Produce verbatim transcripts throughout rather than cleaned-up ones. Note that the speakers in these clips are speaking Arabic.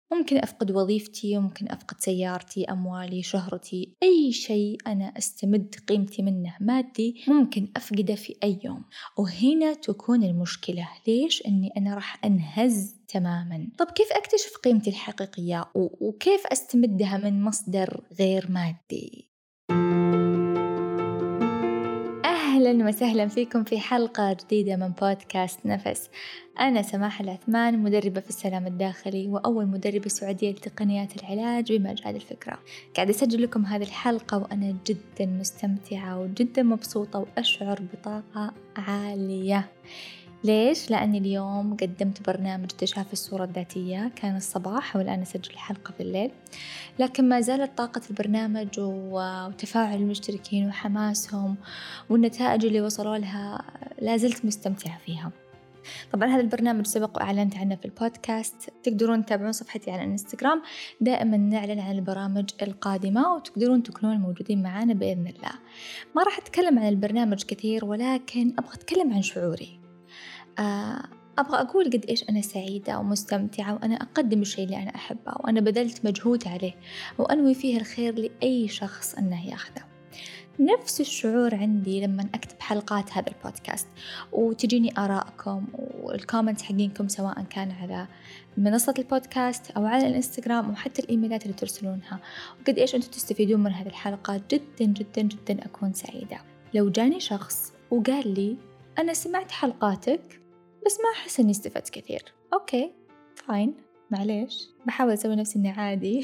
ممكن أفقد وظيفتي، ممكن أفقد سيارتي، أموالي، شهرتي، أي شيء أنا أستمد قيمتي منه مادي ممكن أفقده في أي يوم. وهنا تكون المشكلة، ليش؟ أني أنا راح أنهز تماماً. طب كيف أكتشف قيمتي الحقيقية وكيف أستمدها من مصدر غير مادي؟ أهلاً وسهلاً فيكم في حلقة جديدة من بودكاست نفس. أنا سماح العثمان، مدربة في السلام الداخلي وأول مدربة سعودية لتقنيات العلاج بمجال الفكرة. قاعدة أسجل لكم هذه الحلقة وأنا جداً مستمتعة وجداً مبسوطة وأشعر بطاقة عالية. ليش؟ لأني اليوم قدمت برنامج اكتشاف الصورة الذاتية، كان الصباح والآن أسجل الحلقة في الليل، لكن ما زالت طاقة البرنامج وتفاعل المشتركين وحماسهم والنتائج اللي وصلوا لها لازلت مستمتعة فيها. طبعا هذا البرنامج سبق وأعلنت عنه في البودكاست، تقدرون تتابعون صفحتي على الانستغرام، دائما نعلن عن البرامج القادمة وتقدرون تكونون موجودين معنا بإذن الله. ما راح أتكلم عن البرنامج كثير، ولكن أبغى أتكلم عن شعوري. أبغى أقول قد إيش أنا سعيدة ومستمتعة وأنا أقدم الشيء اللي أنا أحبه وأنا بذلت مجهود عليه وأنوي فيه الخير لأي شخص أنه يأخذه. نفس الشعور عندي لما أكتب حلقات هذا البودكاست وتجيني آراءكم والكومنت حقينكم، سواء كان على منصة البودكاست أو على الإنستغرام وحتى الإيميلات اللي ترسلونها، وقد إيش أنتم تستفيدون من هذه الحلقات. جدا جدا جدا أكون سعيدة لو جاني شخص وقال لي أنا سمعت حلقاتك بس ما أحس أني استفدت كثير. أوكي فاين، معليش، بحاول أسوي نفسي أني عادي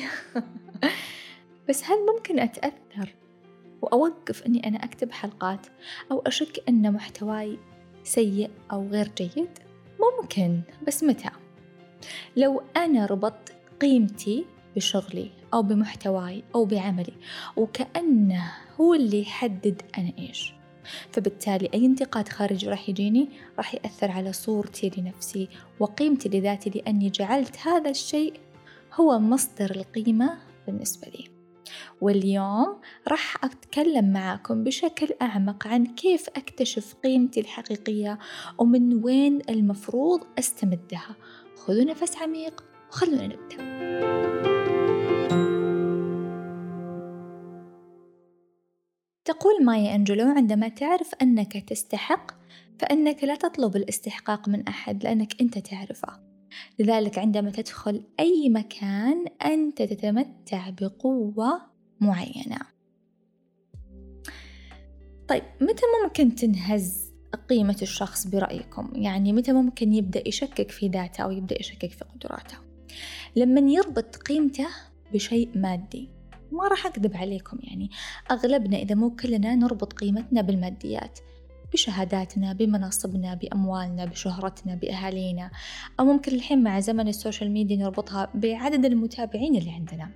بس هل ممكن أتأثر وأوقف أني أنا أكتب حلقات أو أشك أن محتواي سيء أو غير جيد؟ ممكن، بس متى؟ لو أنا ربطت قيمتي بشغلي أو بمحتواي أو بعملي وكأنه هو اللي يحدد أنا إيش، فبالتالي أي انتقاد خارجي راح يجيني راح يأثر على صورتي لنفسي وقيمتي لذاتي، لأني جعلت هذا الشيء هو مصدر القيمة بالنسبة لي. واليوم راح أتكلم معاكم بشكل أعمق عن كيف أكتشف قيمتي الحقيقية ومن وين المفروض أستمدها. خذوا نفس عميق وخلونا نبدأ. تقول مايا أنجلو: عندما تعرف أنك تستحق فإنك لا تطلب الاستحقاق من أحد لأنك أنت تعرفه. لذلك عندما تدخل أي مكان أنت تتمتع بقوة معينة. طيب متى ممكن تنهز قيمة الشخص برأيكم؟ يعني متى ممكن يبدأ يشكك في ذاته أو يبدأ يشكك في قدراته؟ لمن يربط قيمته بشيء مادي. ما راح أكذب عليكم، يعني أغلبنا إذا مو كلنا نربط قيمتنا بالماديات، بشهاداتنا، بمناصبنا، بأموالنا، بشهرتنا، بأهالينا، أو ممكن الحين مع زمن السوشيال ميديا نربطها بعدد المتابعين اللي عندنا.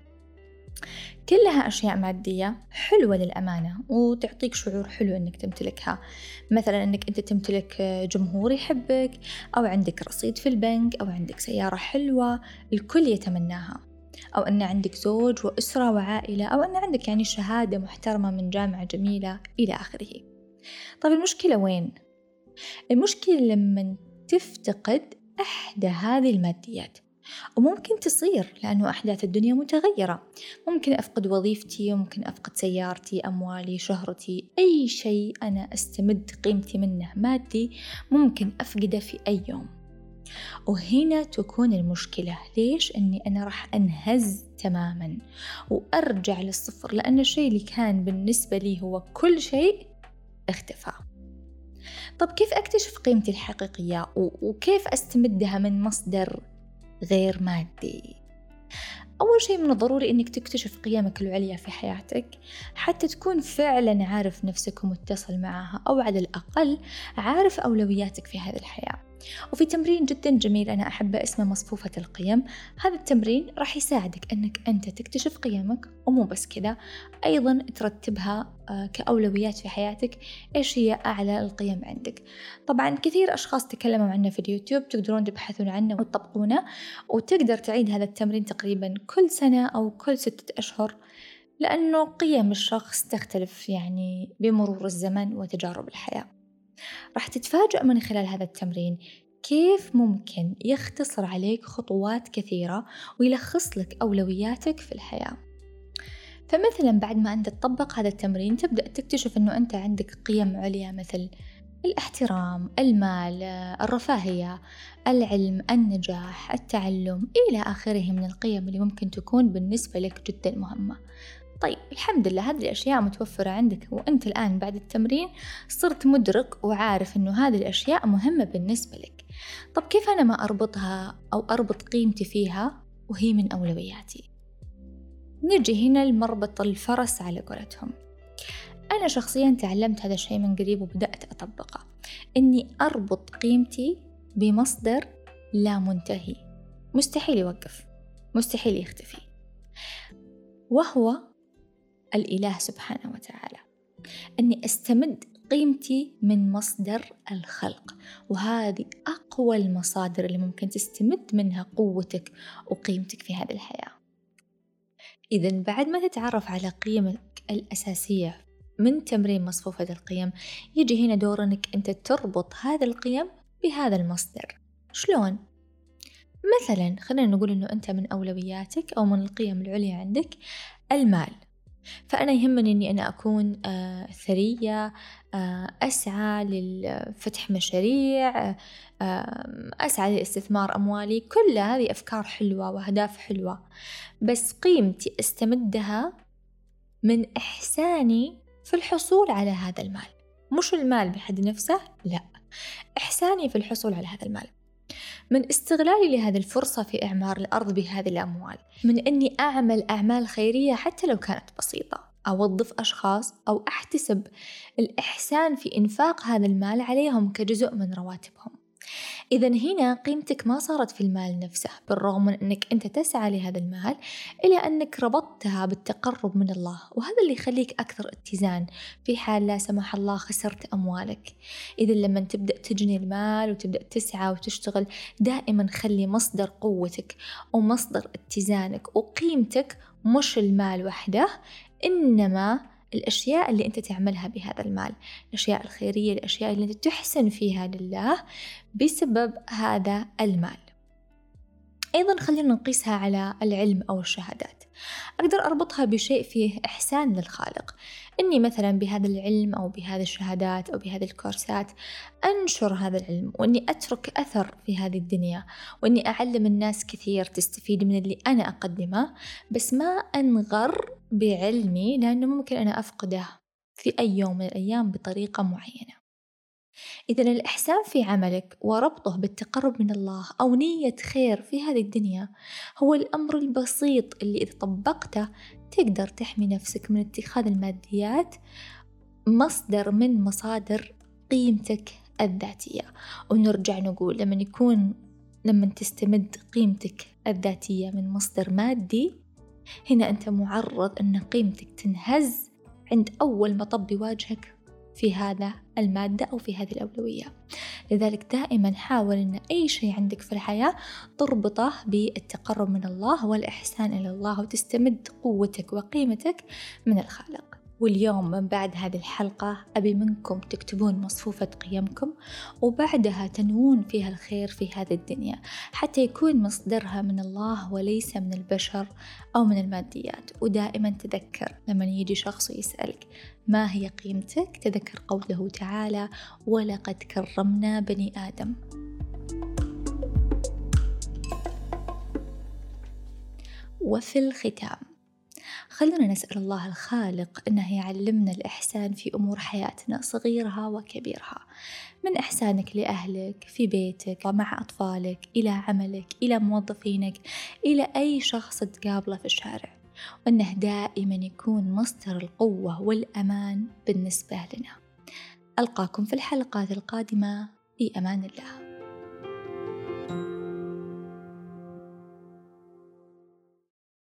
كلها أشياء مادية حلوة للأمانة وتعطيك شعور حلو أنك تمتلكها، مثلا أنك أنت تمتلك جمهور يحبك، أو عندك رصيد في البنك، أو عندك سيارة حلوة الكل يتمناها، أو أن عندك زوج وأسرة وعائلة، أو أن عندك يعني شهادة محترمة من جامعة جميلة إلى آخره. طيب المشكلة وين؟ المشكلة لما تفتقد إحدى هذه الماديات، وممكن تصير لأنه أحداث الدنيا متغيرة. ممكن أفقد وظيفتي، ممكن أفقد سيارتي، أموالي، شهرتي، أي شيء أنا أستمد قيمتي منه مادي ممكن أفقده في أي يوم. وهنا تكون المشكلة، ليش؟ أني أنا راح أنهز تماماً وأرجع للصفر، لأن الشيء اللي كان بالنسبة لي هو كل شيء اختفى. طب كيف أكتشف قيمتي الحقيقية وكيف أستمدها من مصدر غير مادي؟ أول شيء من الضروري أنك تكتشف قيمك العليا في حياتك حتى تكون فعلا عارف نفسك ومتصل معها، أو على الأقل عارف أولوياتك في هذه الحياة. وفي تمرين جدا جميل أنا أحبه اسمه مصفوفة القيم. هذا التمرين راح يساعدك أنك أنت تكتشف قيمك، ومو بس كذا أيضا ترتبها كأولويات في حياتك. إيش هي أعلى القيم عندك؟ طبعا كثير أشخاص تكلموا عنه في اليوتيوب، تقدرون تبحثون عنه وتطبقونه، وتقدر تعيد هذا التمرين تقريبا كل سنة أو كل ستة أشهر، لأنه قيم الشخص تختلف يعني بمرور الزمن وتجارب الحياة. راح تتفاجأ من خلال هذا التمرين كيف ممكن يختصر عليك خطوات كثيرة ويلخص لك أولوياتك في الحياة. فمثلا بعد ما أنت تطبق هذا التمرين تبدأ تكتشف أنه أنت عندك قيم عليا مثل الاحترام، المال، الرفاهية، العلم، النجاح، التعلم إلى آخره من القيم اللي ممكن تكون بالنسبة لك جدا مهمة. طيب الحمد لله هذه الأشياء متوفرة عندك، وأنت الآن بعد التمرين صرت مدرك وعارف أنه هذه الأشياء مهمة بالنسبة لك. طب كيف أنا ما أربطها أو أربط قيمتي فيها وهي من أولوياتي؟ نجي هنا لمربط الفرس على قولتهم. أنا شخصياً تعلمت هذا الشيء من قريب وبدأت أطبقه، إني أربط قيمتي بمصدر لا منتهي مستحيل يوقف، مستحيل يختفي، وهو الإله سبحانه وتعالى. أني أستمد قيمتي من مصدر الخلق، وهذه أقوى المصادر اللي ممكن تستمد منها قوتك وقيمتك في هذه الحياة. إذن بعد ما تتعرف على قيمك الأساسية من تمرين مصفوفة القيم، يجي هنا دور أنك أنت تربط هذا القيم بهذا المصدر. شلون؟ مثلا خلينا نقول أنه أنت من أولوياتك أو من القيم العليا عندك المال، فأنا يهمني أني أنا أكون آه ثرية، آه أسعى لفتح مشاريع، آه أسعى لاستثمار أموالي. كل هذه أفكار حلوة وأهداف حلوة، بس قيمتي أستمدها من إحساني في الحصول على هذا المال، مش المال بحد نفسه، لا، إحساني في الحصول على هذا المال، من استغلالي لهذه الفرصة في إعمار الأرض بهذه الأموال، من أني أعمل أعمال خيرية حتى لو كانت بسيطة، أوظف أشخاص أو أحتسب الإحسان في إنفاق هذا المال عليهم كجزء من رواتبهم. إذن هنا قيمتك ما صارت في المال نفسه، بالرغم من أنك أنت تسعى لهذا المال، إلى أنك ربطتها بالتقرب من الله، وهذا اللي يخليك أكثر اتزان في حال لا سمح الله خسرت أموالك. إذن لما تبدأ تجني المال وتبدأ تسعى وتشتغل، دائما خلي مصدر قوتك ومصدر اتزانك وقيمتك مش المال وحده، إنما الأشياء اللي أنت تعملها بهذا المال، الأشياء الخيرية، الأشياء اللي أنت تحسن فيها لله بسبب هذا المال. أيضا خلينا نقيسها على العلم أو الشهادات. أقدر أربطها بشيء فيه إحسان للخالق، إني مثلا بهذا العلم أو بهذه الشهادات أو بهذه الكورسات أنشر هذا العلم، وإني أترك أثر في هذه الدنيا، وإني أعلم الناس كثير تستفيد من اللي أنا أقدمه، بس ما أنغر بعلمي لأنه ممكن أنا أفقده في أي يوم من الأيام بطريقة معينة. إذن الإحسان في عملك وربطه بالتقرب من الله أو نية خير في هذه الدنيا هو الأمر البسيط اللي إذا طبقته تقدر تحمي نفسك من اتخاذ الماديات مصدر من مصادر قيمتك الذاتية. ونرجع نقول لما يكون لما تستمد قيمتك الذاتية من مصدر مادي، هنا أنت معرض أن قيمتك تنهز عند أول مطب يواجهك في هذا المادة أو في هذه الأولوية. لذلك دائما حاول أن أي شيء عندك في الحياة تربطه بالتقرب من الله والإحسان إلى الله، وتستمد قوتك وقيمتك من الخالق. واليوم من بعد هذه الحلقة أبي منكم تكتبون مصفوفة قيمكم، وبعدها تنوون فيها الخير في هذه الدنيا حتى يكون مصدرها من الله وليس من البشر أو من الماديات. ودائما تذكر لما يجي شخص يسألك ما هي قيمتك، تذكر قوله تعالى: ولقد كرمنا بني آدم. وفي الختام خلونا نسأل الله الخالق أنه يعلمنا الإحسان في أمور حياتنا صغيرها وكبيرها، من إحسانك لأهلك في بيتك ومع أطفالك، إلى عملك، إلى موظفينك، إلى أي شخص تقابله في الشارع، وأنه دائما يكون مصدر القوة والأمان بالنسبة لنا. ألقاكم في الحلقات القادمة، في أمان الله.